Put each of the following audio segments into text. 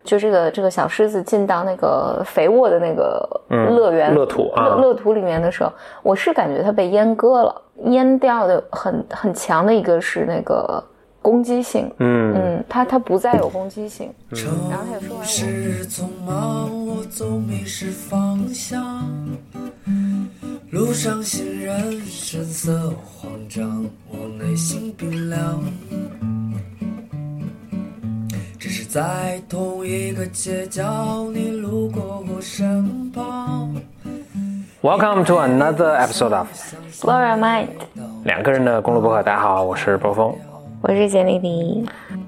就这个小狮子进到那个肥沃的那个乐园、 乐土啊， 乐土里面的时候，我是感觉它被阉割了，阉掉的很强的一个是那个攻击性，它不再有攻击性。然后他也说完是匆忙，我总迷失方向，路上行人神色慌张，我内心冰凉。只是在同一个街角，你路过我身旁。 Welcome to another episode of Flora Mind， 两个人的公路博客。大家好，我是波峰， 我是简丽丽。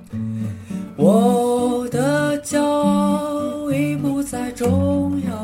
我的骄傲已不再重要，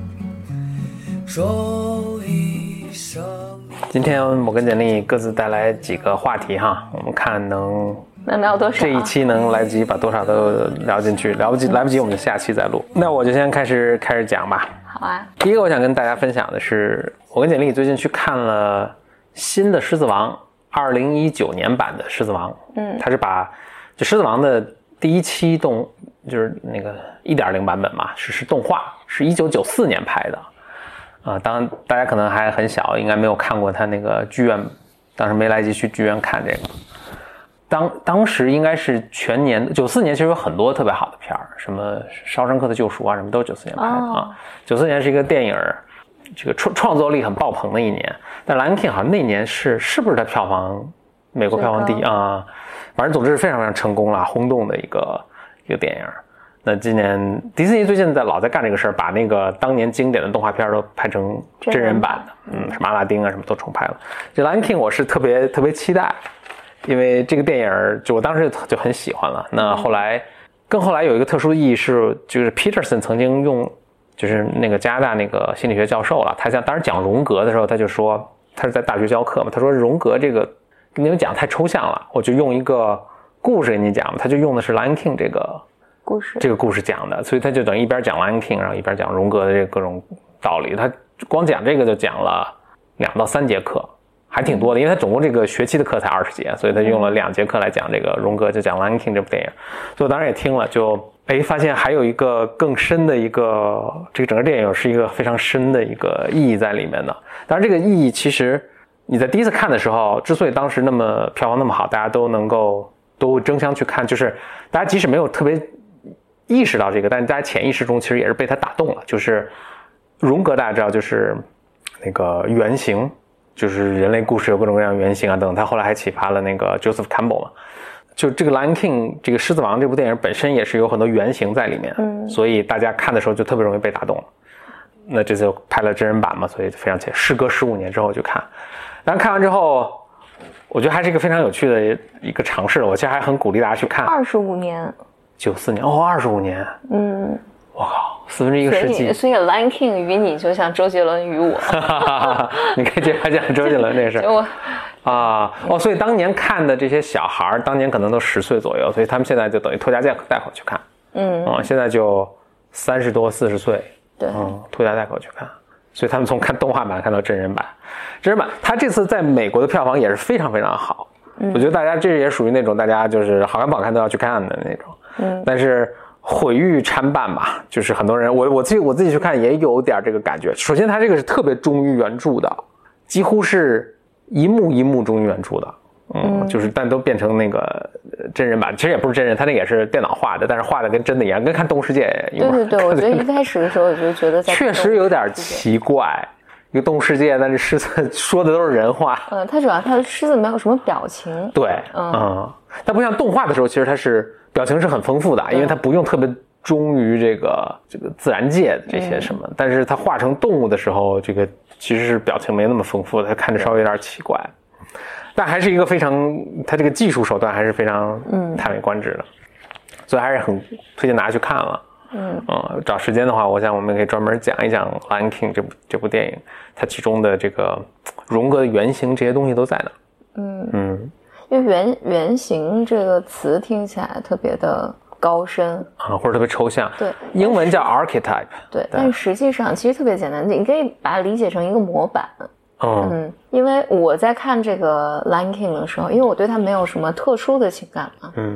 说一声。 今天我跟简丽各自带来几个话题哈，我们看能聊多少？ 这一期能来得及把多少都聊进去，来不及我们就下期再录。那我就先开始讲吧。 好啊。 第一个我想跟大家分享的是，我跟简丽最近去看了新的《狮子王》2019年版的《狮子王》。它是把就《狮子王》的第一期就是那个 1.0 版本嘛，是动画，是1994年拍的。当然大家可能还很小，应该没有看过他那个剧院，当时没来及去剧院看这个。当时应该是全年94年，其实有很多特别好的片儿，什么《肖申克的救赎》啊，什么都是94年拍的啊。94年是一个电影，这个创作力很爆棚的一年。但《Lion King》好像那年是不是它美国票房第一啊？反正总之是非常非常成功了，轰动的一个电影。那今年迪士尼最近老在干这个事儿，把那个当年经典的动画片都拍成真人版的，什么阿拉丁啊什么都重拍了。这《Lion King》我是特别期待。因为这个电影就我当时就很喜欢了。那后来有一个特殊的意义是，就是 Peterson 曾经就是那个加拿大那个心理学教授了，他当时讲荣格的时候，他就说他是在大学教课嘛，他说荣格这个跟你们讲太抽象了，我就用一个故事给你讲，他就用的是 Lion King 这个故事讲的，所以他就等于一边讲 Lion King， 然后一边讲荣格的这个各种道理。他光讲这个就讲了2到3节课。还挺多的，因为他总共这个学期的课才20节，所以他用了2节课来讲这个荣格，就讲《Lion King》这部电影。所以我当时也听了，就发现还有一个更深的一个，这个整个电影是一个非常深的一个意义在里面的。当然这个意义其实你在第一次看的时候，之所以当时那么票房那么好，大家都会争相去看，就是大家即使没有特别意识到这个，但是大家潜意识中其实也是被他打动了。就是荣格大家知道，就是那个原型。就是人类故事有各种各样的原型啊等，他后来还启发了那个 Joseph Campbell 嘛。就这个 Lion King 这个狮子王这部电影本身也是有很多原型在里面，所以大家看的时候就特别容易被打动。那这次拍了真人版嘛，所以非常时隔15年之后去看。但看完之后，我觉得还是一个非常有趣的一个尝试。我其实还很鼓励大家去看。 25年 ，94年25年，我靠，1/4个世纪。 所以 Lion King 与你就像周杰伦与我。 你可以接着讲周杰伦这事所以当年看的这些小孩当年可能都10岁左右，所以他们现在就等于拖家带口去看。现在就30多40岁， 对， 拖家带口去看。所以他们从看动画版看到真人版，他这次在美国的票房也是非常非常好。我觉得大家这也属于那种大家就是好看不好看都要去看的那种。但是毁誉参半吧，就是很多人我自己去看也有点这个感觉。首先他这个是特别忠于原著的，几乎是一幕忠于原著的。就是但都变成那个真人版，其实也不是真人，他那个也是电脑画的，但是画的跟真的一样，跟看动物世界一样。 对，我觉得一开始的时候我就觉得确实有点奇怪，一个动物世界，但是狮子说的都是人话。 它主要它的狮子没有什么表情。 对，它不像动画的时候，其实它是表情是很丰富的，因为它不用特别忠于这个自然界的这些什么，但是它画成动物的时候，这个其实是表情没那么丰富的，它看着稍微有点奇怪。但还是一个非常，它这个技术手段还是非常叹为观止的，所以还是很推荐大家去看了。找时间的话，我想我们可以专门讲一讲《Lion King》这部电影，它其中的这个荣格的原型这些东西都在那。 因为原型这个词听起来特别的高深或者特别抽象。 对， 英文叫 archetype。 对，但实际上其实特别简单，你可以把它理解成一个模板。因为我在看这个 Lion King 的时候，因为我对他没有什么特殊的情感嘛，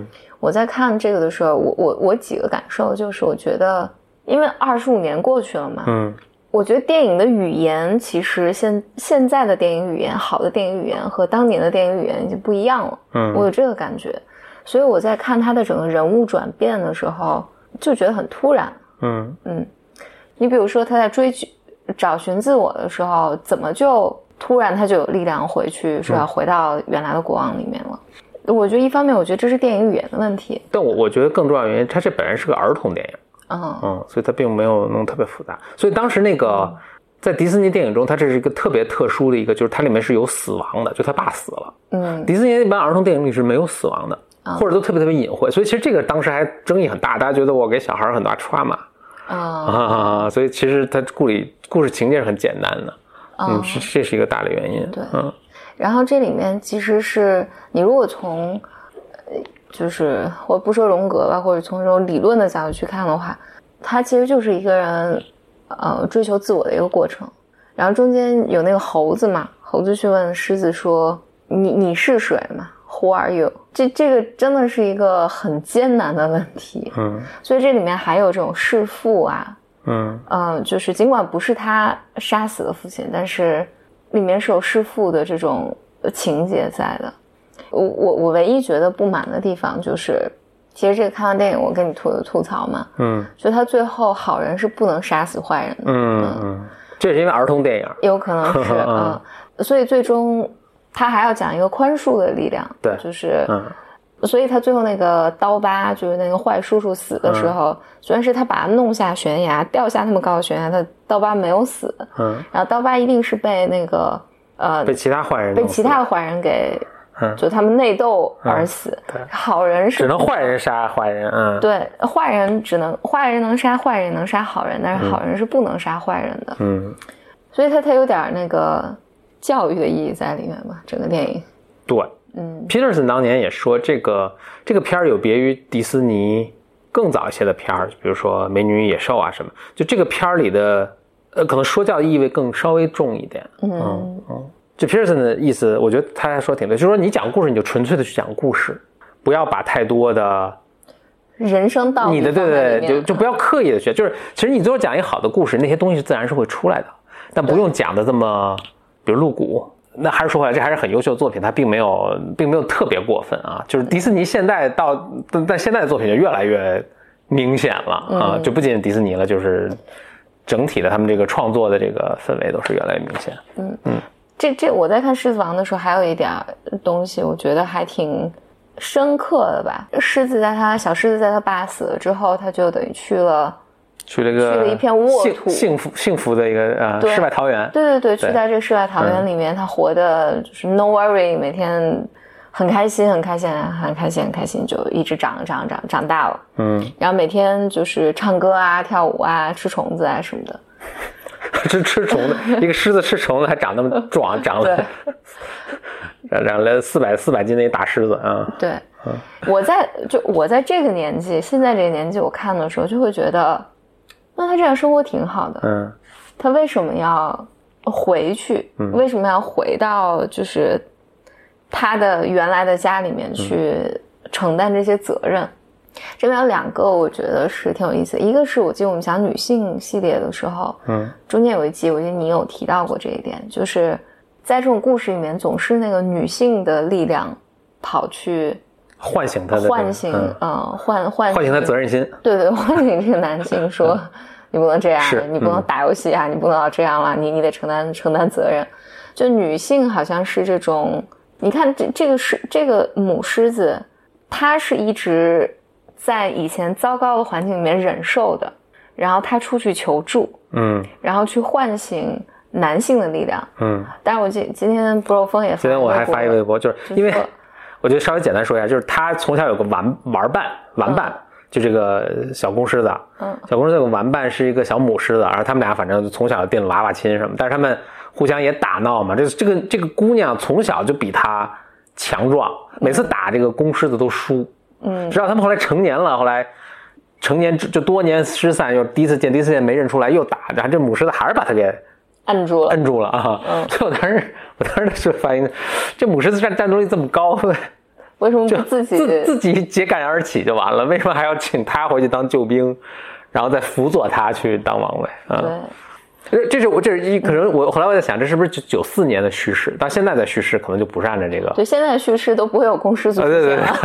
我在看这个的时候，我几个感受就是，我觉得因为25年过去了嘛，我觉得电影的语言其实现在的电影语言，好的电影语言和当年的电影语言已经不一样了，我有这个感觉，所以我在看他的整个人物转变的时候，就觉得很突然，你比如说他在找寻自我的时候，怎么就突然他就有力量回去，说要回到原来的国王里面了。我觉得一方面，我觉得这是电影语言的问题， 但我觉得更重要的原因，它这本来是个儿童电影，所以它并没有弄特别复杂。所以当时那个在迪士尼电影中，它这是一个特别特殊的一个，就是它里面是有死亡的，就他爸死了。迪士尼一般儿童电影里是没有死亡的，或者都特别特别隐晦。所以其实这个当时还争议很大，大家觉得我给小孩很大 trauma 所以其实它故事情节是很简单的，这是一个大的原因。 对，然后这里面其实是你如果从就是我不说荣格吧，或者从这种理论的角度去看的话，它其实就是一个人追求自我的一个过程。然后中间有那个猴子嘛，猴子去问狮子说你是谁嘛 Who are you？ 这个真的是一个很艰难的问题。所以这里面还有这种弑父啊，就是尽管不是他杀死了父亲，但是里面是有弑父的这种情节在的。我唯一觉得不满的地方就是，其实这个看完电影我跟你吐槽嘛，就他最后好人是不能杀死坏人的， 这是因为儿童电影， 有可能是，所以最终他还要讲一个宽恕的力量， 对， 就是所以他最后那个刀疤，就是那个坏叔叔死的时候，虽然是他把他弄下悬崖，掉下那么高的悬崖，他刀疤没有死，然后刀疤一定是被那个被其他坏人给就他们内斗而死，好人是只能坏人杀坏人， 对，坏人能杀坏人，能杀好人，但是好人是不能杀坏人的，所以他有点那个教育的意义在里面吧，整个电影。 对，Peterson 当年也说这个片儿有别于迪士尼更早一些的片儿，比如说《美女与野兽》啊什么，就这个片儿里的可能说教意味更稍微重一点，就 Pearson 的意思，我觉得他还说挺对，就是说你讲故事你就纯粹的去讲故事，不要把太多的人生道理你的对就不要刻意的学，就是其实你最后讲一个好的故事，那些东西自然是会出来的，但不用讲的这么比如露骨。那还是说回来，这还是很优秀的作品，它并没有特别过分啊。就是迪士尼现在但现在的作品就越来越明显了就不仅仅迪士尼了，就是整体的他们这个创作的这个氛围都是越来越明显。 这我在看《狮子王》的时候，还有一点东西，我觉得还挺深刻的吧。小狮子在他爸死了之后，他就等于去了一片沃土， 幸福的一个世外桃源。 对，去在这个世外桃源里面，他活的就是 no worry， 每天很开心，就一直长大了。然后每天就是唱歌啊、跳舞啊、吃虫子啊什么的。 吃虫子，一个狮子吃虫子还长那么壮，长了400斤的一大狮子啊！ 对，我在这个年纪，现在这个年纪，我看的时候就会觉得，那他这样生活挺好的。他为什么要回去？为什么要回到就是他的原来的家里面去承担这些责任？这边有2个我觉得是挺有意思的，一个是我记得我们讲女性系列的时候，中间有一集我记得你有提到过这一点，就是在这种故事里面总是那个女性的力量跑去唤醒他的唤醒他责任心， 对，唤醒这个男性说你不能这样，你不能打游戏啊，你不能要这样了，你得承担责任。就女性好像是这种，你看这个母狮子，她是一直在以前糟糕的环境里面忍受的，然后他出去求助，然后去唤醒男性的力量，但是我今天不肉风也今天我还发一个微博，就是因为我觉得稍微简单说一下，就是他从小有个玩伴，就这个小公狮子，小公狮子有个玩伴是一个小母狮子，然后他们俩反正从小就定娃娃亲什么，但是他们互相也打闹嘛，这个姑娘从小就比他强壮，每次打这个公狮子都输。直到他们后来成年了，后来成年就多年失散，又第一次见没认出来，又打，然后这母狮子还是把他给摁住了啊！所以我当时就发现，这母狮子战斗力这么高， 为什么不自己秸秆而起就完了？为什么还要请他回去当救兵，然后再辅佐他去当王位？对，这是可能我后来我在想，这是不是94年的叙事？到现在的叙事可能就不是按照这个。 对，现在的叙事都不会有公师组出现了。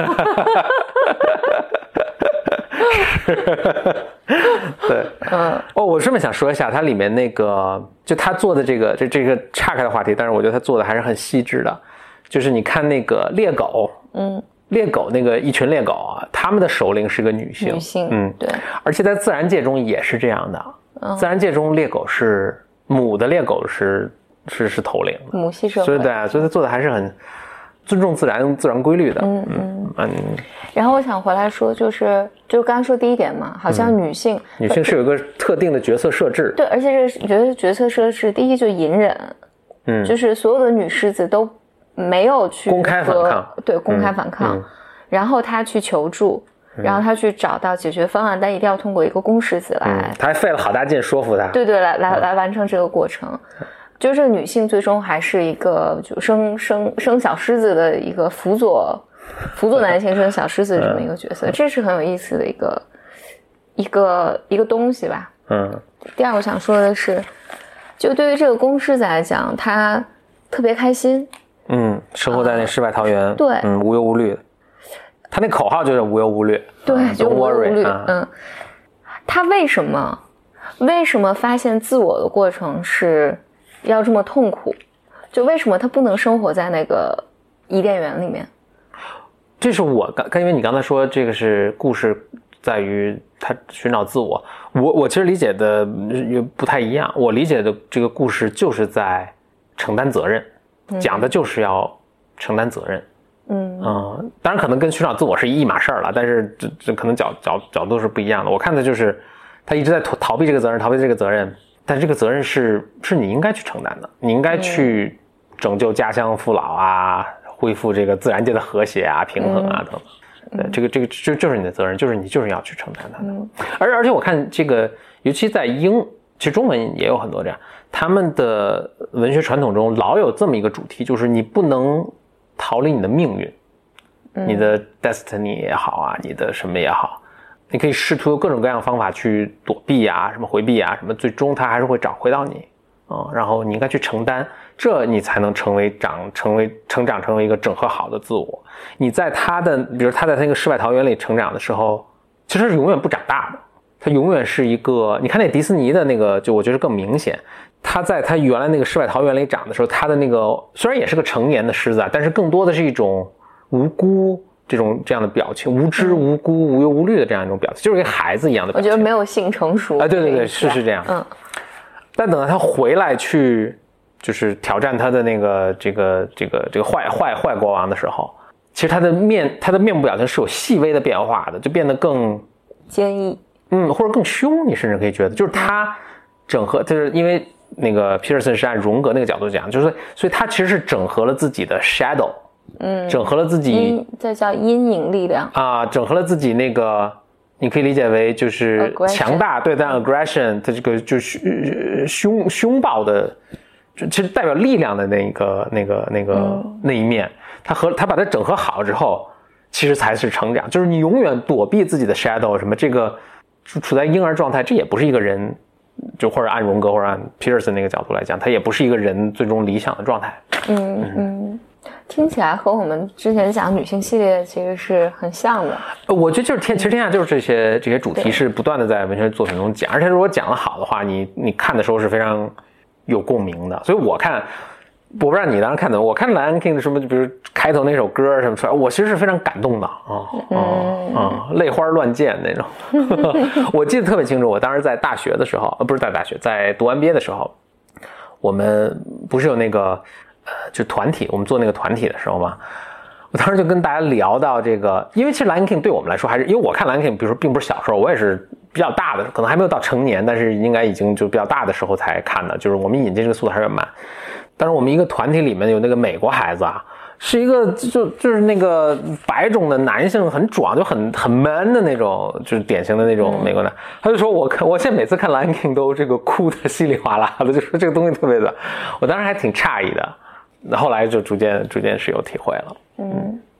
对，我顺便想说一下，它里面那个就他做的这个岔开的话题，但是我觉得他做的还是很细致的。就是你看那个猎狗，猎狗那个一群猎狗啊，他们的首领是个女性， 对， 而且在自然界中也是这样的，自然界中猎狗是母的猎狗是头领的， 母系社会， 所以他做的还是很尊重自然规律的， 然后我想回来说，就刚刚说第一点嘛，好像女性是有个特定的角色设置， 对，而且这个角色设置，第一就隐忍，就是所有的女狮子都没有去公开反抗， 对，公开反抗，然后她去求助，然后她去找到解决方案，但一定要通过一个公狮子来， 她还费了好大劲说服她， 对，来完成这个过程。就是这个女性最终还是一个就生小狮子的一个辅佐男性生小狮子的这么一个角色，这是很有意思的一个东西吧。第二个我想说的是，就对于这个公狮子来讲，他特别开心， 生活在那世外桃源， 对， 无忧无虑的。他那口号就是无忧无虑， 对，就无忧无虑。他为什么发现自我的过程是要这么痛苦？就为什么他不能生活在那个伊甸园里面？ 这是我因为你刚才说这个是故事在于他寻找自我，我其实理解的也不太一样。我理解的这个故事就是在承担责任，讲的就是要承担责任。当然可能跟寻找自我是一码事儿了，但是这可能角度是不一样的。我看的就是他一直在逃避这个责任，但是这个责任是你应该去承担的，你应该去拯救家乡父老啊，恢复这个自然界的和谐啊、平衡啊等等。对，这个就是你的责任，就是你要去承担它的。而且我看这个，尤其在其实中文也有很多这样，他们的文学传统中老有这么一个主题，就是你不能逃离你的命运，你的 destiny 也好啊，你的什么也好，你可以试图各种各样的方法去躲避啊，什么回避啊，什么，最终它还是会找回到你然后你应该去承担，这你才能成长成为一个整合好的自我。你在比如他在那个世外桃源里成长的时候，其实是永远不长大的，他永远是一个，你看那迪士尼的那个，就我觉得更明显，他在他原来那个世外桃源里长的时候，他的那个虽然也是个成年的狮子啊，但是更多的是一种无辜这样的表情，无知无辜无忧无虑的这样一种表情，就是一个孩子一样的表情。 我觉得没有性成熟啊，对，是这样。但等到他回来去就是挑战他的那个这个坏国王的时候，其实他的面部表情是有细微的变化的，就变得更坚毅， 或者更凶，你甚至可以觉得，就是他整合，就是因为那个 Peterson 是按荣格那个角度讲，就是所以他其实是整合了自己的 shadow，整合了自己， 这叫阴影力量啊，整合了自己那个，你可以理解为就是强大，对，但 aggression 它这个就是凶暴的，其实代表力量的那一面，他把它整合好之后，其实才是成长。就是你永远躲避自己的 shadow， 什么这个处在婴儿状态，这也不是一个人，就或者按荣格或者按 Peterson 那个角度来讲，他也不是一个人最终理想的状态。 听起来和我们之前讲女性系列其实是很像的。 我觉得就是其实天下就是这些主题是不断的在文学作品中讲，而且如果讲得好的话，你看的时候是非常有共鸣的。所以我不知道你当时看的，我看 Lion King 的什么，就比如开头那首歌什么出来，我其实是非常感动的泪花乱溅那种。我记得特别清楚，我当时在大学的时候，不是在大学，在读 MBA 的时候，我们不是有那个就团体，我们做那个团体的时候嘛，我当时就跟大家聊到这个，因为其实 Lion King 对我们来说还是，因为我看 Lion King 比如说并不是小时候，我也是比较大的，可能还没有到成年，但是应该已经就比较大的时候才看的，就是我们引进这个速度还是很慢。但是我们一个团体里面有那个美国孩子啊，是一个就是那个白种的男性，很壮，就很 man 的那种，就是典型的那种美国男。他就说我现在每次看 Lion King 都这个哭的稀里哗啦的，就说这个东西特别的，我当时还挺诧异的。后来就逐渐是有体会了。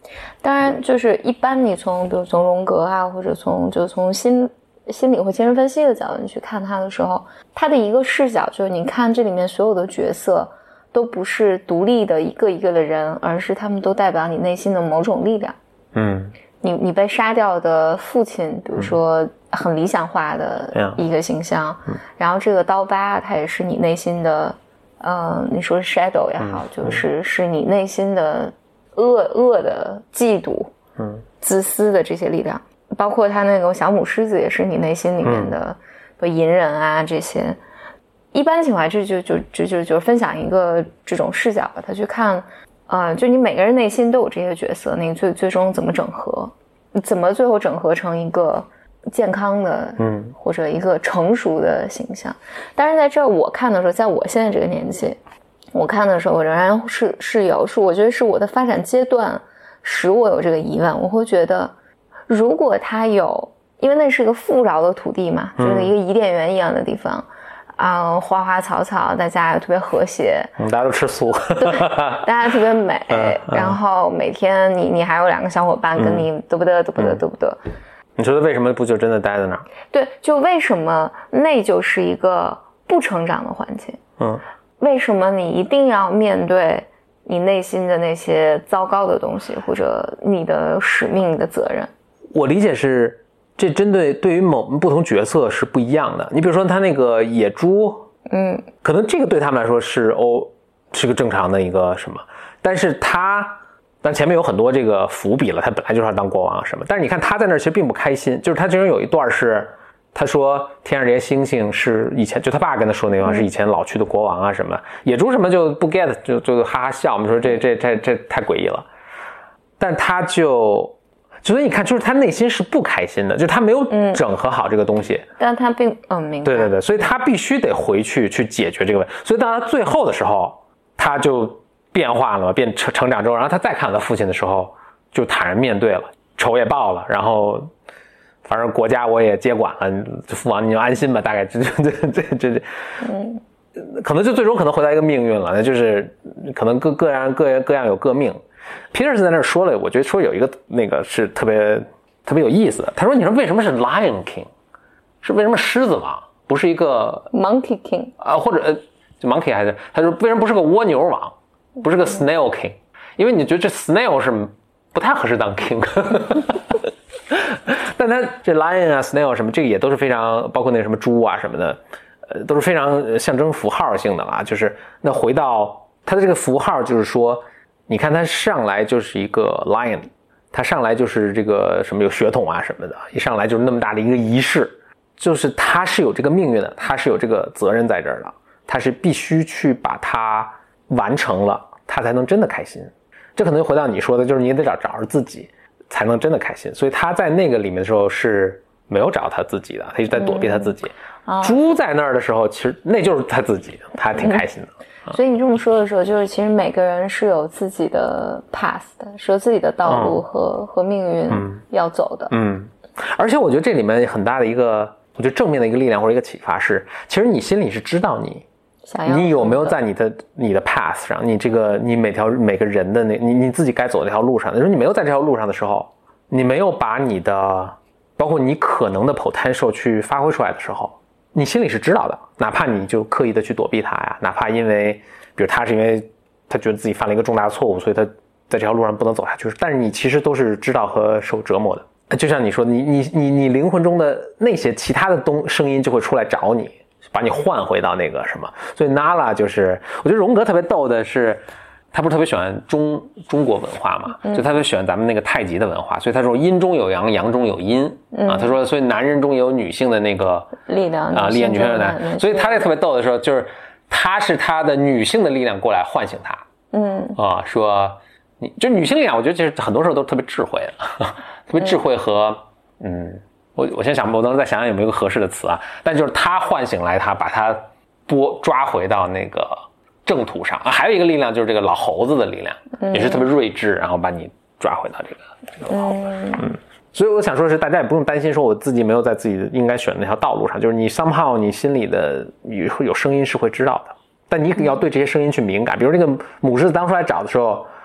当然，就是一般你从比如从荣格啊，或者从心理或精神分析的角度去看他的时候，他的一个视角就是你看这里面所有的角色都不是独立的一个一个的人，而是他们都代表你内心的某种力量。你被杀掉的父亲，比如说很理想化的一个形象，然后这个刀疤它也是你内心的你说 shadow 也好，是你内心的恶的嫉妒自私的这些力量，包括他那个小母狮子也是你内心里面的隐忍啊这些。一般情况下就分享一个这种视角吧，他去看就你每个人内心都有这些角色，那个最终怎么整合，怎么最后整合成一个健康的或者一个成熟的形象。但是在这我看的时候，在我现在这个年纪我看的时候，我仍然我觉得是我的发展阶段使我有这个疑问。我会觉得如果他有，因为那是个富饶的土地嘛，就是一个伊甸园一样的地方花花草草，大家特别和谐， 大家都吃素， 对，大家特别美，然后每天你还有2个小伙伴跟你嘚不嘚。 你说的为什么不就真的待在那儿？ 对，就为什么那就是一个不成长的环境？为什么你一定要面对你内心的那些糟糕的东西，或者你的使命、你的责任？ 我理解是，这针对于不同角色是不一样的。你比如说他那个野猪，可能这个对他们来说是个正常的一个什么，但前面有很多这个伏笔了，他本来就是要当国王什么，但是你看他在那儿其实并不开心，就是他其中有一段是他说天上这些星星是以前就他爸跟他说那句话是以前老去的国王啊什么，野猪什么就不 get 就哈哈笑，我们说这太诡异了，但他所以你看，就是他内心是不开心的，就是他没有整合好这个东西， 但他并明白， 对，所以他必须得回去解决这个问题。所以到他最后的时候，他就变化了，变成长之后，然后他再看到他父亲的时候，就坦然面对了，仇也报了，然后反正国家我也接管了，父王你就安心吧，大概这可能就最终可能回到一个命运了，那就是可能各样有各命。Peterson 在那儿说了，我觉得说有一个那个是特别有意思的。他说：“你说为什么是 Lion King？ 是为什么狮子王不是一个 Monkey King 或者就 Monkey 还是？他说为什么不是个蜗牛王，不是个 Snail King？ 因为你觉得这 Snail 是不太合适当 King。但他这 Lion 啊 Snail 什么这个也都是非常，包括那什么猪啊什么的，都是非常象征符号性的啦。就是那回到他的这个符号，就是说。”你看他上来就是一个 lion， 他上来就是这个什么有血统啊什么的，一上来就是那么大的一个仪式，就是他是有这个命运的，他是有这个责任在这儿的，他是必须去把它完成了，他才能真的开心。这可能就回到你说的，就是你也得找着自己才能真的开心。所以他在那个里面的时候是没有找他自己的，他一直在躲避他自己。猪在那儿的时候，其实那就是他自己，他挺开心的。 所以你这么说的时候，就是其实每个人是有自己的 path 的，是有自己的道路和命运要走的。 而且我觉得这里面很大的一个，我觉得正面的一个力量或者一个启发是，其实你心里是知道你有没有在你的 path 上，你每个人的你自己该走的那条路上，就是你没有在这条路上的时候，你没有把你的包括你可能的 potential 去发挥出来的时候。你心里是知道的，哪怕你就刻意的去躲避它呀，哪怕因为比如他是因为他觉得自己犯了一个重大的错误，所以他在这条路上不能走下去，但是你其实都是知道和受折磨的。就像你说你灵魂中的那些其他的声音就会出来找你，把你换回到那个什么。所以 Nala 就是我觉得荣格特别逗的是，他不是特别喜欢中国文化嘛，就他特别喜欢咱们那个太极的文化，所以他说阴中有阳，阳中有阴他说所以男人中也有女性的那个力量力量，女性的男，所以他这特别逗的时候，就是他是他的女性的力量过来唤醒他，说就女性力量，我觉得其实很多时候都特别智慧的，特别智慧和我先想，我等会再想想有没有一个合适的词啊，但就是他唤醒来他，把他抓回到那个正途上还有一个力量就是这个老猴子的力量，也是特别睿智，然后把你抓回到这个老猴子。所以我想说的是，大家也不用担心说我自己没有在自己应该选的那条道路上，就是你 somehow 你心里的有声音是会知道的，但你要对这些声音去敏感。比如那个母狮子当初来找的时候，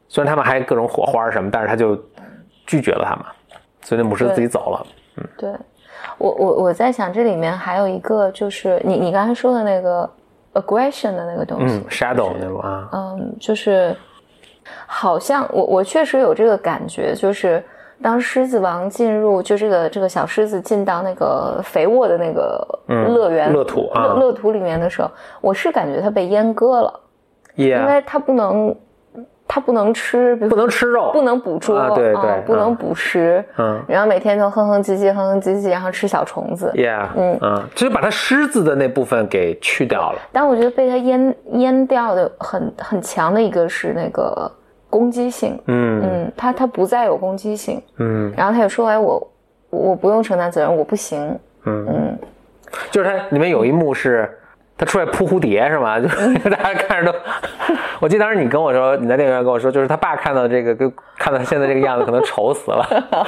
虽然他们还各种火花什么，但是他就拒绝了他们，所以那母狮子自己走了。 对，我在想这里面还有一个就是你刚才说的那个 aggression 的那个东西 ，shadow 那种啊， 就是好像我确实有这个感觉，就是当狮子王进入，就这个小狮子进到那个肥沃的那个乐园乐土乐土里面的时候，我是感觉它被阉割了，因为它不能吃， 不能吃肉， 不能捕捉， 对， 不能捕食，然后每天都哼哼唧唧，然后吃小虫子， 就是把它狮子的那部分给去掉了。 但我觉得被它阉掉的很强的一个是那个攻击性，它不再有攻击性，然后他也说，哎，我不用承担责任，我不行， 就是它里面有一幕是。他出来扑蝴蝶是吗？就是大家看着都，我记得当时你跟我说，你在电影院跟我说，就是他爸看到这个，跟看到他现在这个样子，可能愁死了。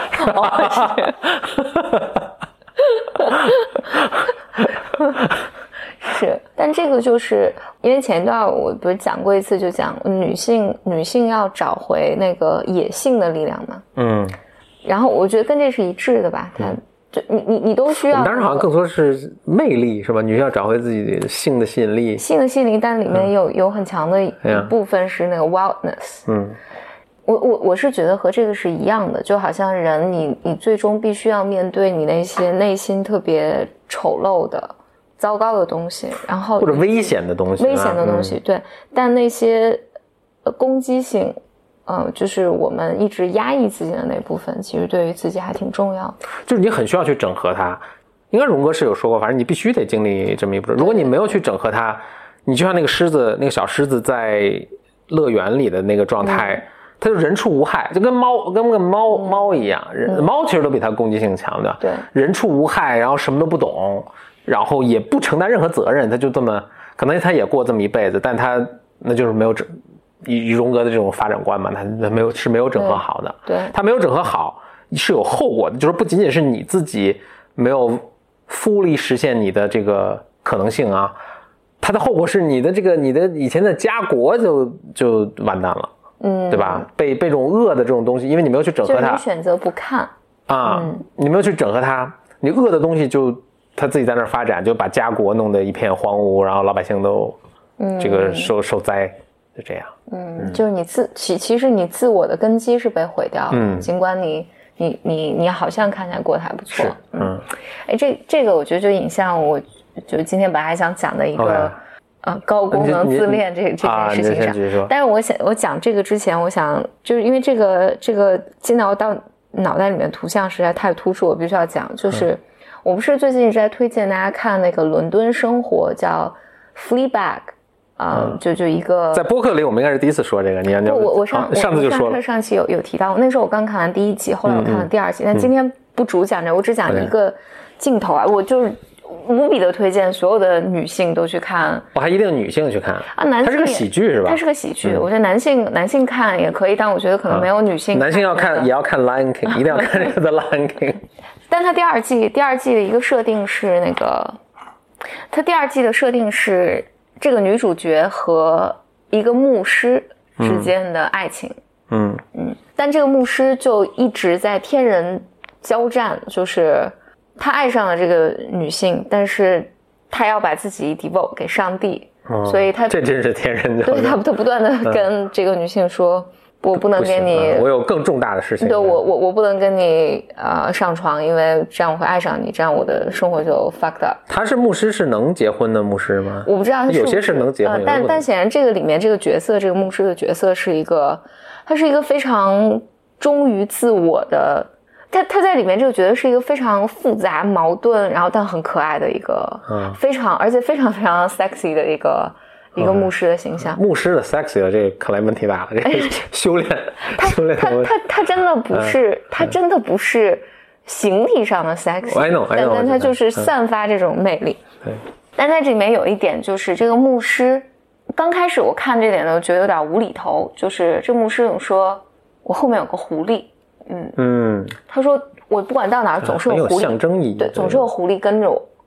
是，但这个就是因为前一段我不是讲过一次，就讲女性要找回那个野性的力量嘛。然后我觉得跟这是一致的吧，就你都需要。 我们当时好像更多是魅力是吧？你需要找回自己的性的吸引力。 性的吸引力，但里面有很强的一部分是那个 wildness。我是觉得和这个是一样的，就好像人你最终必须要面对你那些内心特别丑陋的、糟糕的东西，然后或者危险的东西。 对。但那些攻击性。就是我们一直压抑自己的那部分，其实对于自己还挺重要的。 就是你很需要去整合它。应该荣格是有说过，反正你必须得经历这么一步。如果你没有去整合它，你就像那个小狮子在乐园里的那个状态，它就人畜无害，就跟猫一样。猫其实都比它攻击性强的。 对， 人畜无害，然后什么都不懂，然后也不承担任何责任，它就这么，可能它也过这么一辈子，但它那就是没有以荣格的这种发展观嘛，他没有整合好的， 对， 他没有整合好是有后果的，就是不仅仅是你自己没有fully实现你的这个可能性啊，它的后果是你的以前的家国就完蛋了，对吧？被这种恶的这种东西，因为你没有去整合它， 就是你选择不看啊，你没有去整合它，你恶的东西就它自己在那儿发展，就把家国弄得一片荒芜，然后老百姓都这个受灾。就这样， 就是其实你自我的根基是被毁掉了，尽管你好像看起来过得还不错，这个我觉得就引向我就今天本来想讲的一个高功能自恋这件事情上，但是我讲这个之前，我想就是因为这个进到脑袋里面图像实在太突出，我必须要讲，就是我不是最近一直在推荐大家看那个伦敦生活叫 Fleabag。就一个在播客里，我们应该是第一次说这个。 我上次就说了， 上期有提到，那时候我刚看完第1集，后来我看了第2集，但今天不主讲这，我只讲一个镜头啊，我就是无比的推荐所有的女性都去看。 我还一定女性去看啊，男性它是个喜剧是吧？ 它是个喜剧，我觉得男性看也可以，但我觉得可能没有女性。 男性要看也要看 Lion King， 一定要看这个 The Lion King。 但它第二季的一个设定是那个，它第2季的设定是。这个女主角和一个牧师之间的爱情，但这个牧师就一直在天人交战，就是他爱上了这个女性，但是他要把自己 devote 给上帝，所以他这真是天人交战。 对，他不断的跟这个女性说。我不能跟你， 我有更重大的事情。 对，我不能跟你上床，因为这样我会爱上你，这样我的生活就 fucked up。 他是牧师，是能结婚的牧师吗？ 我不知道， 有些是能结婚， 但显然这个里面这个角色，这个牧师的角色是一个非常忠于自我的。他在里面这个角色是一个非常复杂矛盾，然后但很可爱的一个，而且非常非常 sexy 的一个牧师的形象。 牧师的 sexy 了，这看来问题大了。这个修炼他真的不是，他真的不是形体上的 sexy， I know， 但他就是散发这种魅力。 对。 但在这里面有一点，就是这个牧师，刚开始我看这点呢，觉得有点无厘头，就是这牧师有说，我后面有个狐狸，他说我不管到哪儿总是有狐狸， 象征意义， 对，总是有狐狸跟着我。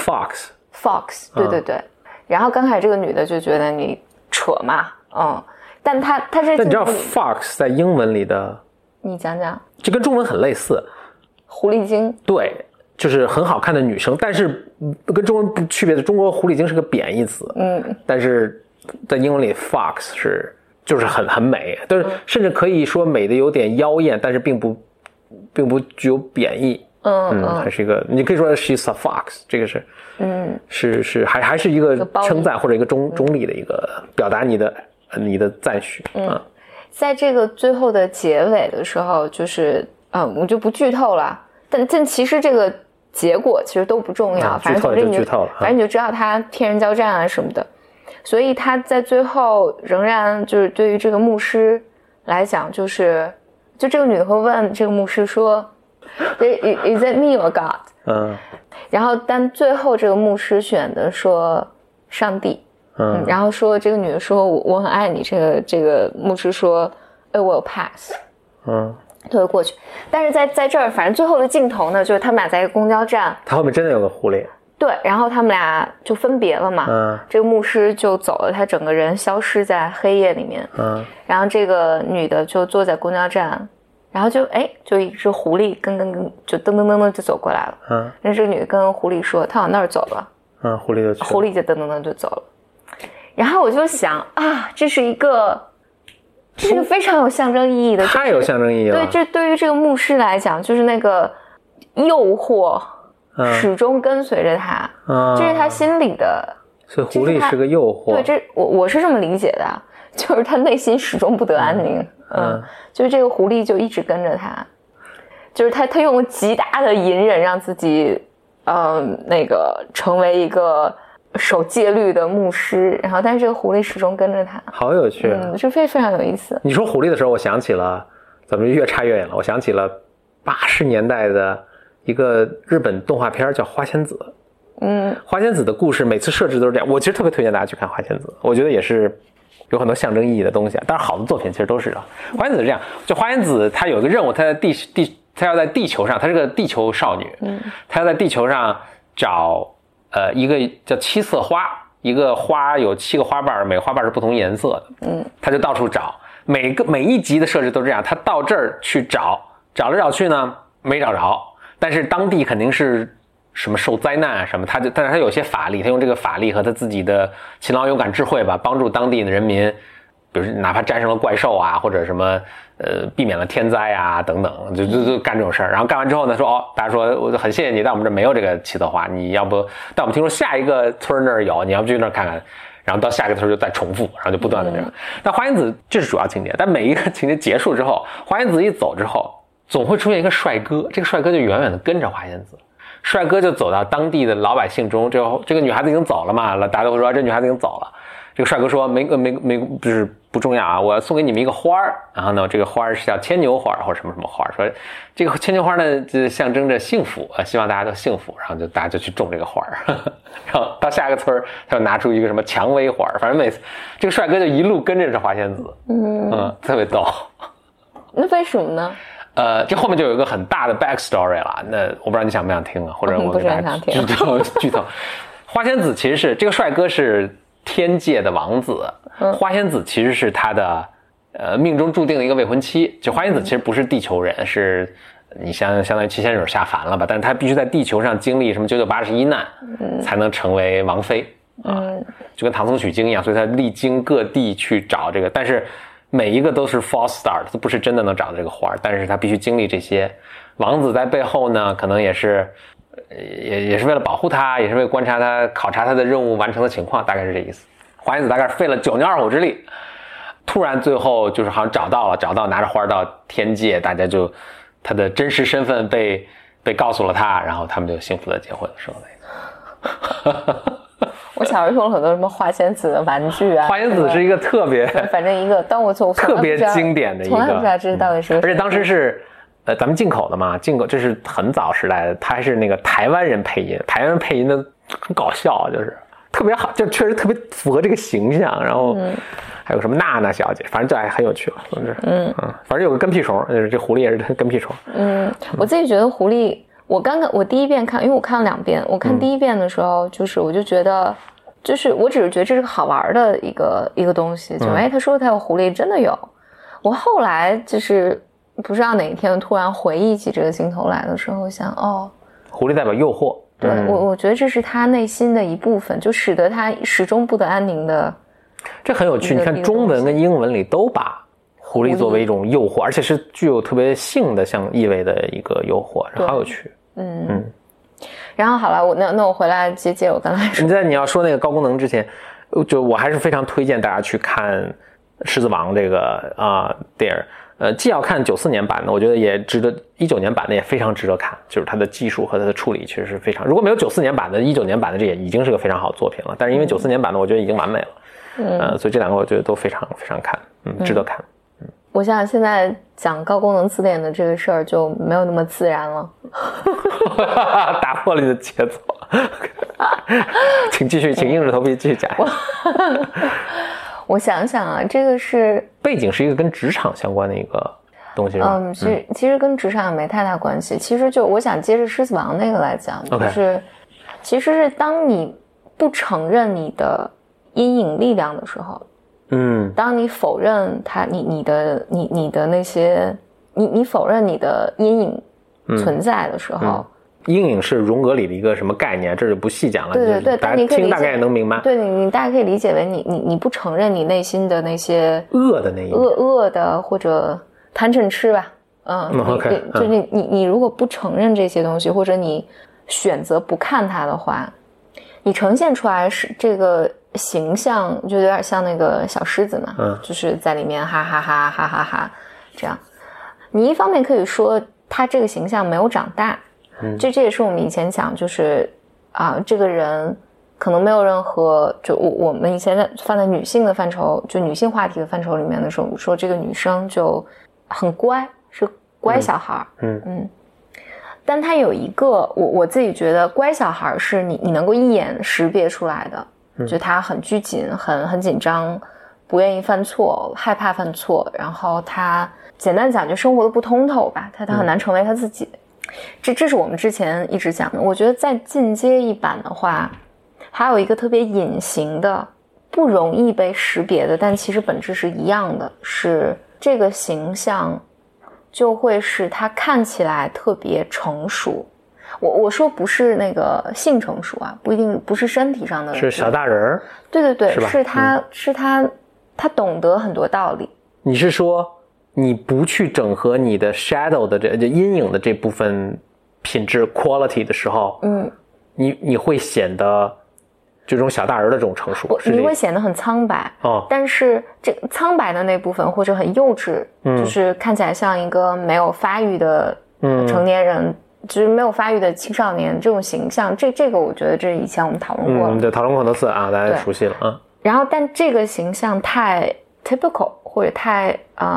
Fox， 对。然后刚开始这个女的就觉得你扯嘛， 但他这， 但你知道 fox 在英文里的， 你讲讲， 这跟中文很类似， 狐狸精， 对，就是很好看的女生，但是跟中文不区别的，中国狐狸精是个贬义词，但是在英文里 fox 就是很美，但是甚至可以说美的有点妖艳，但是并不具有贬义。还是一个，你可以说 she's a fox， 这个是还是一个称赞或者一个中立的一个表达你的赞许。 在这个最后的结尾的时候，就是我就不剧透了，但其实这个结果其实都不重要，反正从这你就知道他天人交战啊什么的。所以他在最后仍然就是对于这个牧师来讲，就这个女的会问这个牧师说 Is it me or God？ 然后但最后这个牧师选的说上帝，然后说这个女的说我很爱你，这个牧师说 I will pass， 就会过去。但是在这儿，反正最后的镜头呢，就是他们俩在一个公交站， 他后面真的有个狐狸。 对，然后他们俩就分别了嘛。这个牧师就走了，他整个人消失在黑夜里面。然后这个女的就坐在公交站，然后就一只狐狸跟就噔噔噔噔就走过来了。那这个女的跟狐狸说，她往那儿走了。狐狸就噔噔噔就走了。然后我就想啊，这是一个非常有象征意义的， 太有象征意义了。 对，这对于这个牧师来讲，就是那个诱惑。始终跟随着他，这是他心里的。 所以狐狸是个诱惑。 对，我是这么理解的，就是他内心始终不得安宁。就是这个狐狸就一直跟着他，就是他用极大的隐忍让自己，那个成为一个守戒律的牧师，然后但是这个狐狸始终跟着他。 好有趣， 这非常有意思。 你说狐狸的时候，我想起了，咱们越差越远了。我想起了80年代的。一个日本动画片叫花仙子。花仙子的故事每次设置都是这样，我其实特别推荐大家去看花仙子，我觉得也是有很多象征意义的东西啊。但是好的作品其实都是的。花仙子是这样，就花仙子她有一个任务，她要在地球上，她是个地球少女，她要在地球上找一个叫七色花，一个花有7个花瓣，每个花瓣是不同颜色的。她就到处找，每一集的设置都这样，她到这儿去找来找去呢没找着。但是当地肯定是什么受灾难啊什么，但是他有些法力，他用这个法力和他自己的勤劳勇敢智慧吧，帮助当地的人民，比如哪怕战胜了怪兽啊，或者什么避免了天灾啊等等，就干这种事儿。然后干完之后呢，说大家说我很谢谢你，但我们这没有这个七色花，你要不？但我们听说下一个村那儿有，你要不去那儿看看？然后到下一个村就再重复，然后就不断的这样。但花仙子这是主要情节，但每一个情节结束之后，花仙子一走之后。总会出现一个帅哥，这个帅哥就远远的跟着花仙子，帅哥就走到当地的老百姓中，这个女孩子已经走了嘛，大家都会说这女孩子已经走了。这个帅哥说没，就是不重要啊，我要送给你们一个花儿，然后呢，这个花儿是叫牵牛花或者什么什么花，说这个牵牛花呢就象征着幸福，希望大家都幸福，然后大家就去种这个花儿，然后到下一个村他就拿出一个什么蔷薇花，反正每次这个帅哥就一路跟着这花仙子，特别逗。 那为什么呢？ 这后面就有一个很大的 backstory 了，那我不知道你想不想听啊，或者我给大家剧透。花仙子其实是这个帅哥是天界的王子，花仙子其实是他的命中注定的一个未婚妻。就花仙子其实不是地球人，是你相当于七仙女下凡了吧，但是他必须在地球上经历什么9981难，才能成为王妃啊，就跟唐僧取经一样，所以他历经各地去找这个，但是。每一个都是 false start， 都不是真的能找到这个花，但是他必须经历这些。王子在背后呢，可能也是为了保护他，也是为了观察他、考察他的任务完成的情况，大概是这意思。花仙子大概费了9牛2虎之力，突然最后就是好像找到拿着花到天界，大家就他的真实身份被告诉了他，然后他们就幸福的结婚了，生了那个。 我小时候用了很多什么花仙子的玩具啊。 花仙子是一个特别， 反正一个，但我特别经典的一个， 从来不知道这到底是。 而且当时是，咱们进口的嘛，这是很早时代的，他还是那个台湾人配音，台湾人配音的很搞笑，就是特别好，就确实特别符合这个形象。然后还有什么娜娜小姐，反正这还很有趣了，总之，反正有个跟屁虫，就是这狐狸也是跟屁虫。 我自己觉得狐狸。我第一遍看，因为我看了2遍。我看第一遍的时候，我就觉得， 就是我只是觉得这是个好玩的一个东西，就他说他有狐狸，真的有。我后来就是不知道哪一天突然回忆起这个镜头来的时候，想狐狸代表诱惑。 对，我觉得这是他内心的一部分，就使得他始终不得安宁的。 这很有趣，你看中文跟英文里都把狐狸作为一种诱惑，而且是具有特别性的像意味的一个诱惑，好有趣。 然后好了，那我回来接我刚才说。 在你要说那个高功能之前，就我还是非常推荐大家去看《狮子王》这个电影。既要看94年版的，我觉得也值得，19年版的也非常值得看，就是它的技术和它的处理确实是非常。如果没有94年版的，19年版的这也已经是个非常好的作品了。但是因为94年版的，我觉得已经完美了。所以这两个我觉得都非常非常看，值得看。 我想现在讲高功能字典的这个事儿就没有那么自然了。 打破了你的节奏。请继续，请硬着头皮继续讲。 我想想啊，这个是背景是一个跟职场相关的一个东西是吧？ 其实跟职场没太大关系。其实就我想接着狮子王那个来讲，就是其实是当你不承认你的阴影力量的时候，当你否认它，你的那些，你否认你的阴影存在的时候。 阴影是荣格里的一个什么概念？这就不细讲了。 对， 大家听大概也能明白。 对，你大概可以理解为你不承认你内心的那些恶的那一面， 恶的或者贪嗔痴吧。 OK， 就你如果不承认这些东西，或者你选择不看它的话，你呈现出来是这个形象，就有点像那个小狮子嘛，就是在里面哈哈哈哈哈哈这样。你一方面可以说他这个形象没有长大。这也是我们以前讲，就是这个人可能没有任何，就我们以前放在女性的范畴，就女性话题的范畴里面的时候，说这个女生就很乖，是乖小孩。但她有一个，我自己觉得乖小孩是你能够一眼识别出来的，就她很拘谨，很紧张，不愿意犯错，害怕犯错，然后她简单讲就生活的不通透吧，她很难成为她自己。这是我们之前一直讲的。我觉得再进阶一版的话，还有一个特别隐形的，不容易被识别的，但其实本质是一样的，是这个形象就会是他看起来特别成熟。我说不是那个性成熟啊，不一定，不是身体上的， 是小大人儿。 对， 是他懂得很多道理。 你是说你不去整合你的 shadow 的这阴影的这部分品质 quality 的时候，你会显得这种小大人的这种成熟， 你会显得很苍白。但是这个苍白的那部分或者很幼稚，就是看起来像一个没有发育的成年人，就是没有发育的青少年这种形象，这个我觉得这以前我们讨论过了， 对，讨论过很多次啊，大家熟悉了啊。 然后但这个形象太 typical 或者太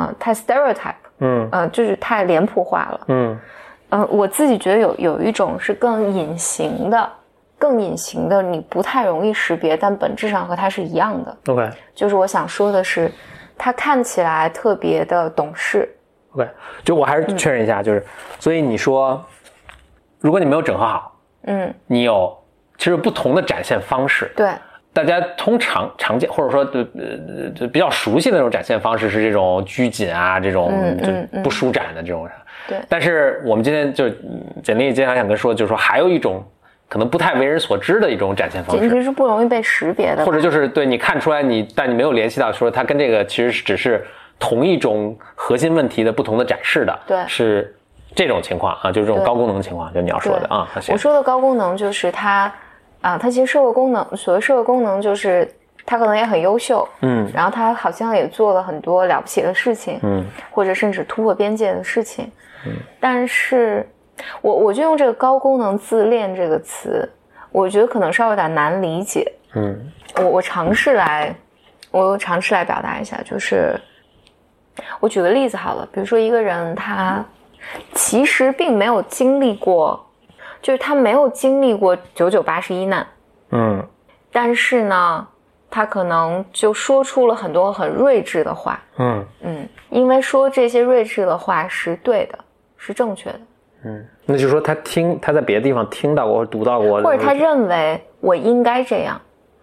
stereotype，就是太脸谱化了。我自己觉得有一种是更隐形的，你不太容易识别，但本质上和它是一样的。 OK， 就是我想说的是，他看起来特别的懂事。 OK， 就我还是确认一下，就是所以你说，如果你没有整合好，你有其实不同的展现方式。 对。 大家通常常见或者说比较熟悉的那种展现方式是这种拘谨啊，这种就不舒展的这种。 对。 但是我们今天就简历接下来想跟说，就是说还有一种可能不太为人所知的一种展现方式， 其实是不容易被识别的， 或者就是对你看出来但你没有联系到说它跟这个其实只是同一种核心问题的不同的展示的。 对。 是这种情况啊，就是这种高功能情况，就你要说的啊。 我说的高功能就是它其实社会功能，所谓社会功能就是他可能也很优秀，然后他好像也做了很多了不起的事情，或者甚至突破边界的事情，但是我就用这个高功能自恋这个词，我觉得可能稍微有点难理解。我尝试来表达一下，就是我举个例子好了，比如说一个人他其实并没有经历过。就是他没有经历过9981难，但是呢，他可能就说出了很多很睿智的话，因为说这些睿智的话是对的，是正确的， 那就是说他在别的地方听到过或读到过， 或者他认为我应该这样，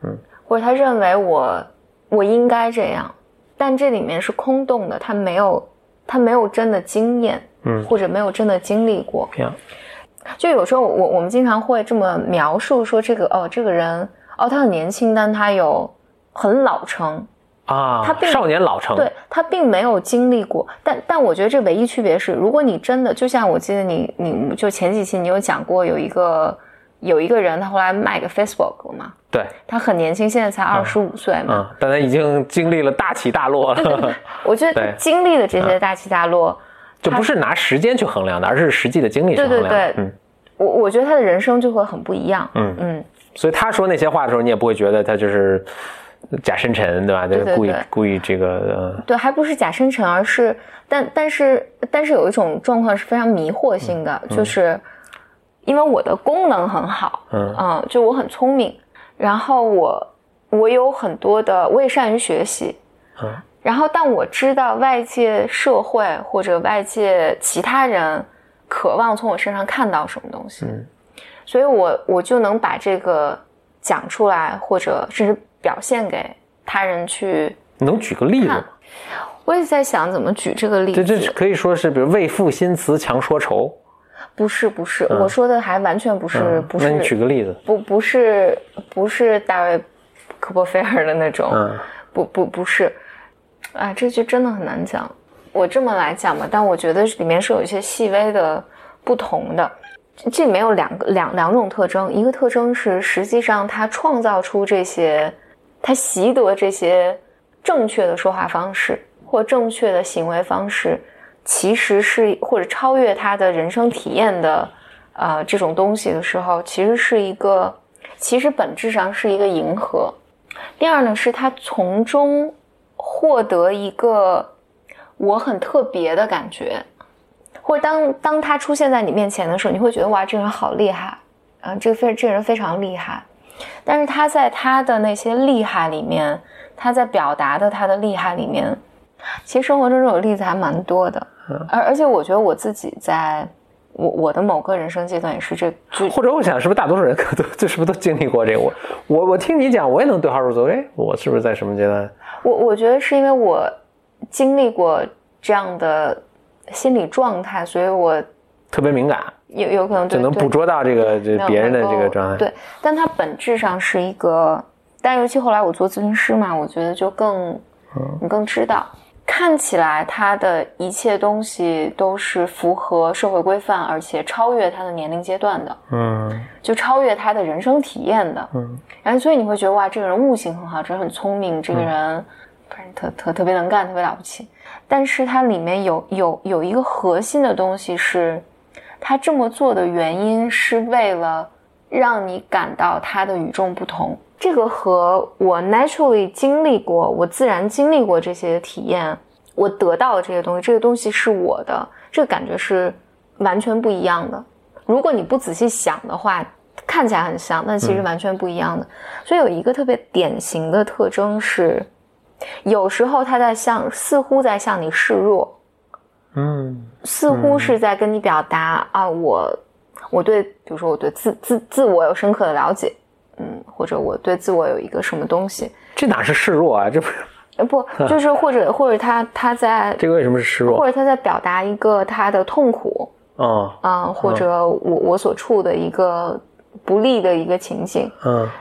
或者他认为我应该这样，但这里面是空洞的，他没有真的经验，或者没有真的经历过。就有时候我们经常会这么描述说这个人他很年轻，但他有很老成啊，他少年老成， 对，他并没有经历过。但我觉得这唯一区别是，如果你真的就像我记得你就前几期你有讲过有一个人他后来卖给 Facebook 了嘛？对，他很年轻，现在才25岁嘛， 但他已经经历了大起大落了。 对，我觉得他经历了这些大起大落， 就不是拿时间去衡量的，而是实际的经历去衡量的。 对，我觉得他的人生就会很不一样。 所以他说那些话的时候，你也不会觉得他就是假深沉，对吧？ 对， 故意这个对，还不是假深沉，而是但是有一种状况是非常迷惑性的，就是因为我的功能很好，就我很聪明，然后我有很多的，我也善于学习，然后但我知道外界社会或者外界其他人渴望从我身上看到什么东西，所以我就能把这个讲出来，或者甚至表现给他人去。 你能举个例子吗？ 我也在想怎么举这个例子。 这可以说是，比如为赋新词强说愁。 不是，我说的还完全不是。 那你举个例子。 不是大卫科波菲尔的那种。不是。啊，这句真的很难讲。我这么来讲吧，但我觉得里面是有一些细微的不同的。这里面有两种特征，一个特征是实际上他创造出这些，他习得这些正确的说话方式或正确的行为方式，其实是或者超越他的人生体验的这种东西的时候，其实本质上是一个迎合。第二呢，是他从中获得一个我很特别的感觉。或者当他出现在你面前的时候，你会觉得哇，这个人好厉害，这个人非常厉害。但是他在他的那些厉害里面，他在表达的他的厉害里面，其实生活中这种例子还蛮多的。而且我觉得我自己在我的某个人生阶段也是这， 或者我想是不是大多数人可都是不是都经历过这个？我听你讲，我也能对号入座。我是不是在什么阶段？ 我觉得是因为我经历过这样的心理状态，所以我特别敏感， 有可能就能捕捉到这别人的这个状态。 对，但它本质上是一个，但尤其后来我做咨询师嘛，我觉得就你更知道，看起来他的一切东西都是符合社会规范，而且超越他的年龄阶段的，就超越他的人生体验的，然后所以你会觉得哇，这个人悟性很好，这个人很聪明，这个人特别能干，特别了不起。但是它里面有一个核心的东西，是他这么做的原因是为了让你感到他的与众不同。这个和我 naturally 经历过，我自然经历过这些体验，我得到的这些东西，这个东西是我的，这个感觉是完全不一样的。如果你不仔细想的话，看起来很像，但其实完全不一样的。所以有一个特别典型的特征是，有时候他似乎在向你示弱，似乎是在跟你表达我对，比如说我对自我有深刻的了解，或者我对自我有一个什么东西。 这哪是示弱啊？这不就是或者他在这个为什么是示弱？ 或者他在表达一个他的痛苦，或者我所处的一个不利的一个情景，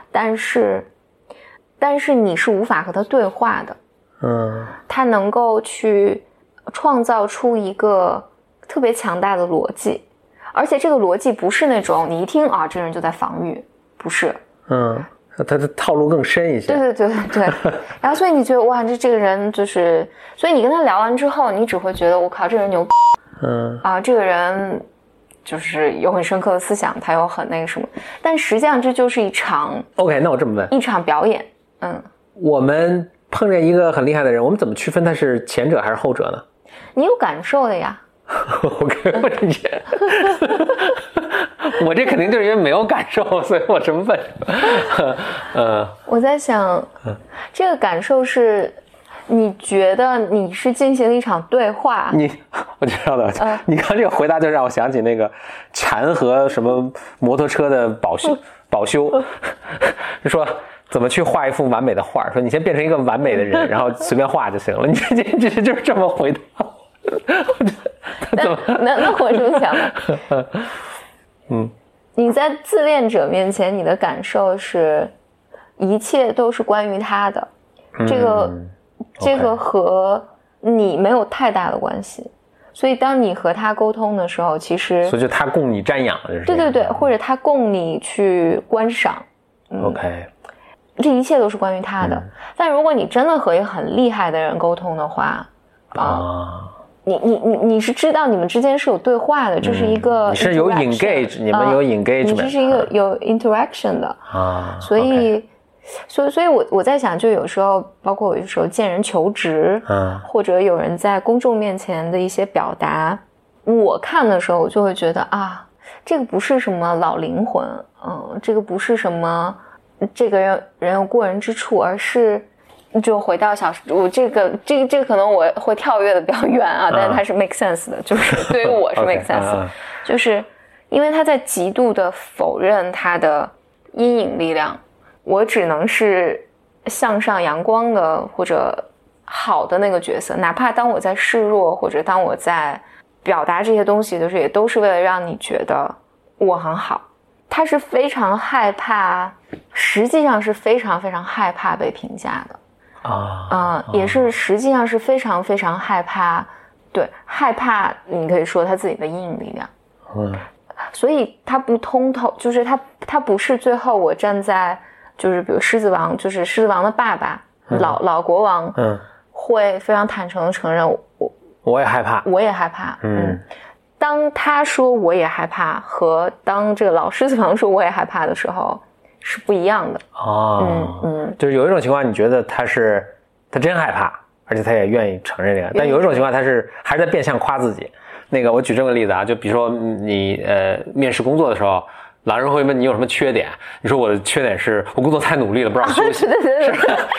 但是你是无法和他对话的，他能够去创造出一个特别强大的逻辑，而且这个逻辑不是那种你一听这个人就在防御，不是， 他的套路更深一些。 对。然后所以你觉得哇，这个人就是，所以你跟他聊完之后，你只会觉得我靠，这个人牛，这个人就是有很深刻的思想，他有很那个什么，但实际上这就是一场 OK。那我这么问， 一场表演。 我们碰见一个很厉害的人，我们怎么区分他是前者还是后者呢？ 你有感受的呀。 OK， 我这肯定就是因为没有感受，所以我这么问。 我在想，这个感受是你觉得你是进行了一场对话。 我知道的。你刚这个回答就让我想起那个禅和什么摩托车的保修。就说怎么去画一幅完美的画，说你先变成一个完美的人，然后随便画就行了。你这就是这么回答。 那我这么想的，你在自恋者面前，你的感受是一切都是关于他的，这个和你没有太大的关系。所以当你和他沟通的时候，其实所以就他供你瞻仰的， 对，或者他供你去观赏。 OK， 这一切都是关于他的。但如果你真的和一个很厉害的人沟通的话，你是知道你们之间是有对话的，这是一个你是有 engage， 你们有 engagement， 你这是一个有 interaction 的所以我在想，就有时候包括有时候见人求职，或者有人在公众面前的一些表达，我看的时候我就会觉得啊，这个不是什么老灵魂，这个不是什么这个人有过人之处，而是就回到我这个可能我会跳跃的比较远但是它是 make sense 的，就是对于我是 make sense 的就是因为他在极度的否认他的阴影力量，我只能是向上阳光的或者好的那个角色，哪怕当我在示弱或者当我在表达这些东西的时候，也都是为了让你觉得我很好。他是非常害怕，实际上是非常非常害怕被评价的也是实际上是非常非常害怕，对，害怕你可以说他自己的阴影力量所以他不通透，就是他不是最后我站在就是比如狮子王，就是狮子王的爸爸老国王会非常坦诚的承认我也害怕， 我也害怕当他说我也害怕和当这个老狮子王说我也害怕的时候是不一样的就是有一种情况你觉得他真害怕，而且他也愿意承认这个，但有一种情况他还是在变相夸自己。那个我举这个例子就比如说你面试工作的时候，老人会问你有什么缺点，你说我的缺点是我工作太努力了，不知道休息对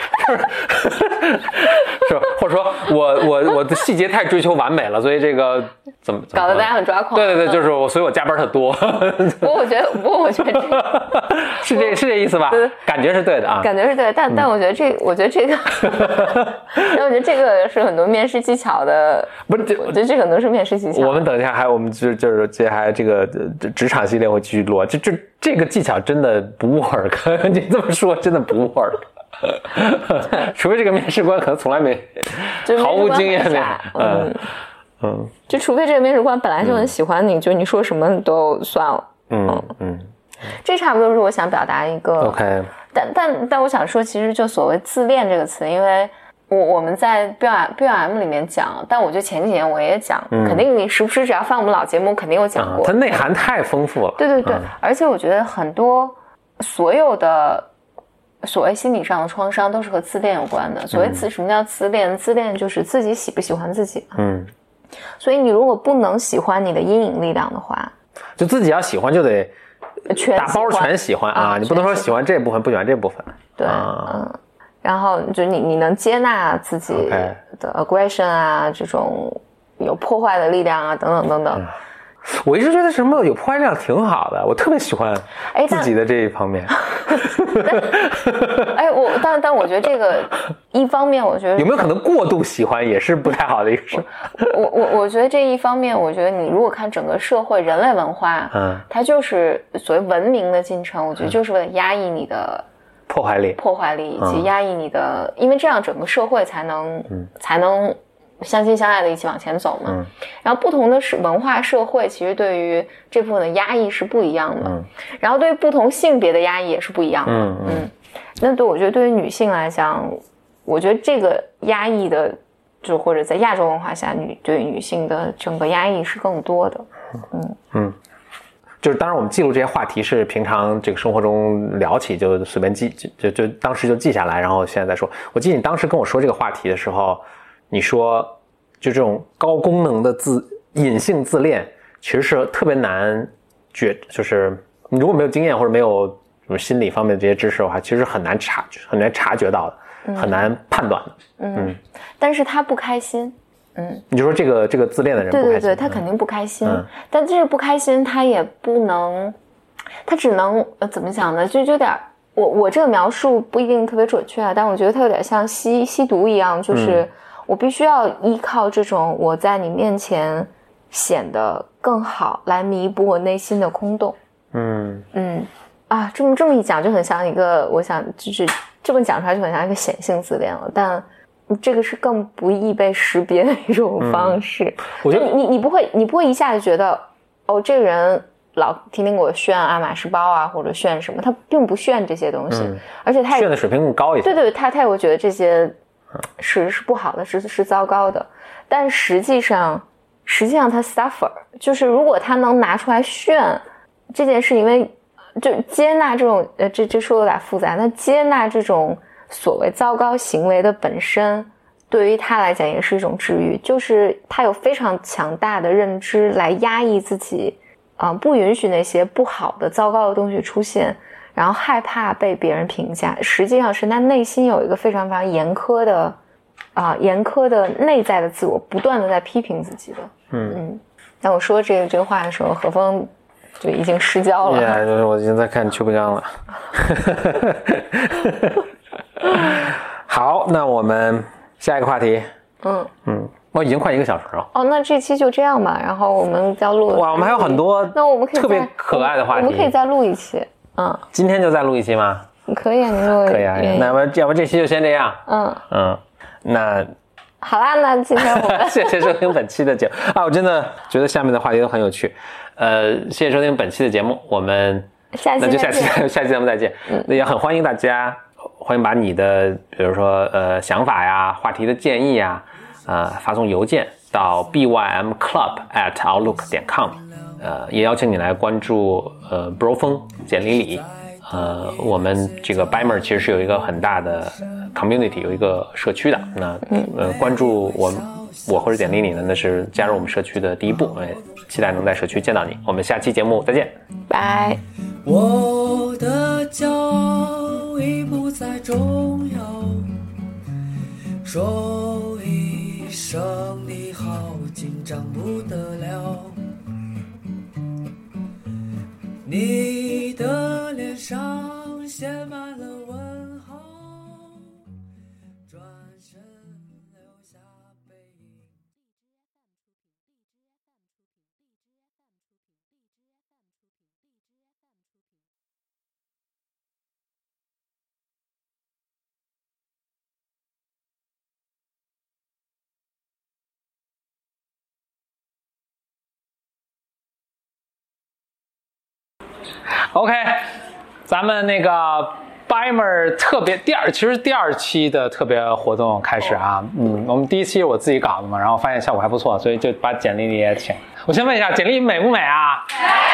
是或者说我的细节太追求完美了，所以这个怎么搞得大家很抓狂。 对，就是所以我加班特多不过我觉得这是这意思吧？感觉是对的感觉是对的，但我觉得这个但我觉得这个是很多面试技巧的，不是我觉得这可能是面试技巧。 我们等一下我们就是接下来这个职场系列会继续录，这个技巧真的不 work， 你这么说真的不 work， 除非这个面试官可能从来没毫无经验就除非这个面试官本来就很喜欢你，就你说什么都算了。这差不多是我想表达一个 OK。 但我想说，其实就所谓自恋这个词，因为我们在 BLM 里面讲，但我觉得前几年我也讲，肯定你时不时只要放我们老节目，肯定有讲过。 它内涵太丰富了。 对，而且我觉得很多所有的所谓心理上的创伤都是和自恋有关的。所谓什么叫自恋？自恋就是自己喜不喜欢自己。所以你如果不能喜欢你的阴影力量的话， 就自己要喜欢就得打包全喜欢你不能说喜欢这部分不喜欢这部分。 对，然后就你能接纳自己的 aggression 这种有破坏的力量等等。 我一直觉得什么有破坏力量挺好的，我特别喜欢自己的这一方面。 但我觉得这个一方面，我觉得有没有可能过度喜欢也是不太好的一个事。 我觉得这一方面，我觉得你如果看整个社会人类文化，它就是所谓文明的进程，我觉得就是为了压抑你的破坏力以及压抑你的，因为这样整个社会才能相亲相爱的一起往前走嘛。然后不同的文化社会其实对于这部分的压抑是不一样的，然后对于不同性别的压抑也是不一样的。那我觉得对于女性来讲，我觉得这个压抑的就或者在亚洲文化下对于女性的整个压抑是更多的。 就是当然我们记录这些话题是平常这个生活中聊起就随便记，就当时就记下来，然后现在再说。我记得你当时跟我说这个话题的时候，你说就这种高功能的隐性自恋其实是特别难就是你如果没有经验或者没有什么心理方面的这些知识的话，其实很难察觉到的，很难判断的。 但是他不开心。 你就说这个自恋的人不开心。 对，他肯定不开心。但这个不开心他也不能，他只能怎么讲呢，就有点我这个描述不一定特别准确啊，但我觉得它有点像吸毒一样，就是我必须要依靠这种我在你面前显得更好来弥补我内心的空洞。这么一讲就很像一个，我想就是这么讲出来就很像一个显性自恋了，但这个是更不易被识别的一种方式。我觉得你不会一下子觉得这个人老天天给我炫爱马仕包啊，或者炫什么，他并不炫这些东西，而且他炫的水平更高一些。 对，他也会觉得这些是不好的，是糟糕的。但实际上他 suffer， 就是如果他能拿出来炫这件事，因为就接纳这种这说有点复杂，那接纳这种所谓糟糕行为的本身，对于他来讲也是一种治愈，就是他有非常强大的认知来压抑自己，不允许那些不好的糟糕的东西出现，然后害怕被别人评价，实际上是他内心有一个非常非常严苛的内在的自我，不断的在批评自己的。但我说这个话的时候，何峰就已经失焦了。 我已经在看邱培刚了。好，那我们下一个话题。已经快1个小时了。 那这期就这样吧，然后我们要录。 哇，我们还有很多， 那我们可以特别可爱的话题， 我们可以再录一期。 今天就再录一期吗？ 可以啊，你说可以啊。那要不这期就先这样。那好啦，那今天我们谢谢收听本期的节目我真的觉得下面的话题都很有趣。谢谢收听本期的节目，我们下期节目再见。那也很欢迎大家，欢迎把你的比如说想法呀、话题的建议呀，发送邮件到 bymclub@outlook.com。也邀请你来关注bro 风简历里。我们这个 Bimer 其实是有一个很大的 community， 有一个社区的。那关注我或者简历你呢，那是加入我们社区的第一步。期待能在社区见到你。我们下期节目再见， 拜。 我的骄傲已不再重要，说一声你好紧张不得了，你的脸上写满了问号，转身留下背影。 OK， 咱们那个 Bimer 特别其实第2期的特别活动开始啊。我们第1期我自己搞的嘛，然后发现效果还不错，所以就把简历也请。我先问一下，简历美不美啊？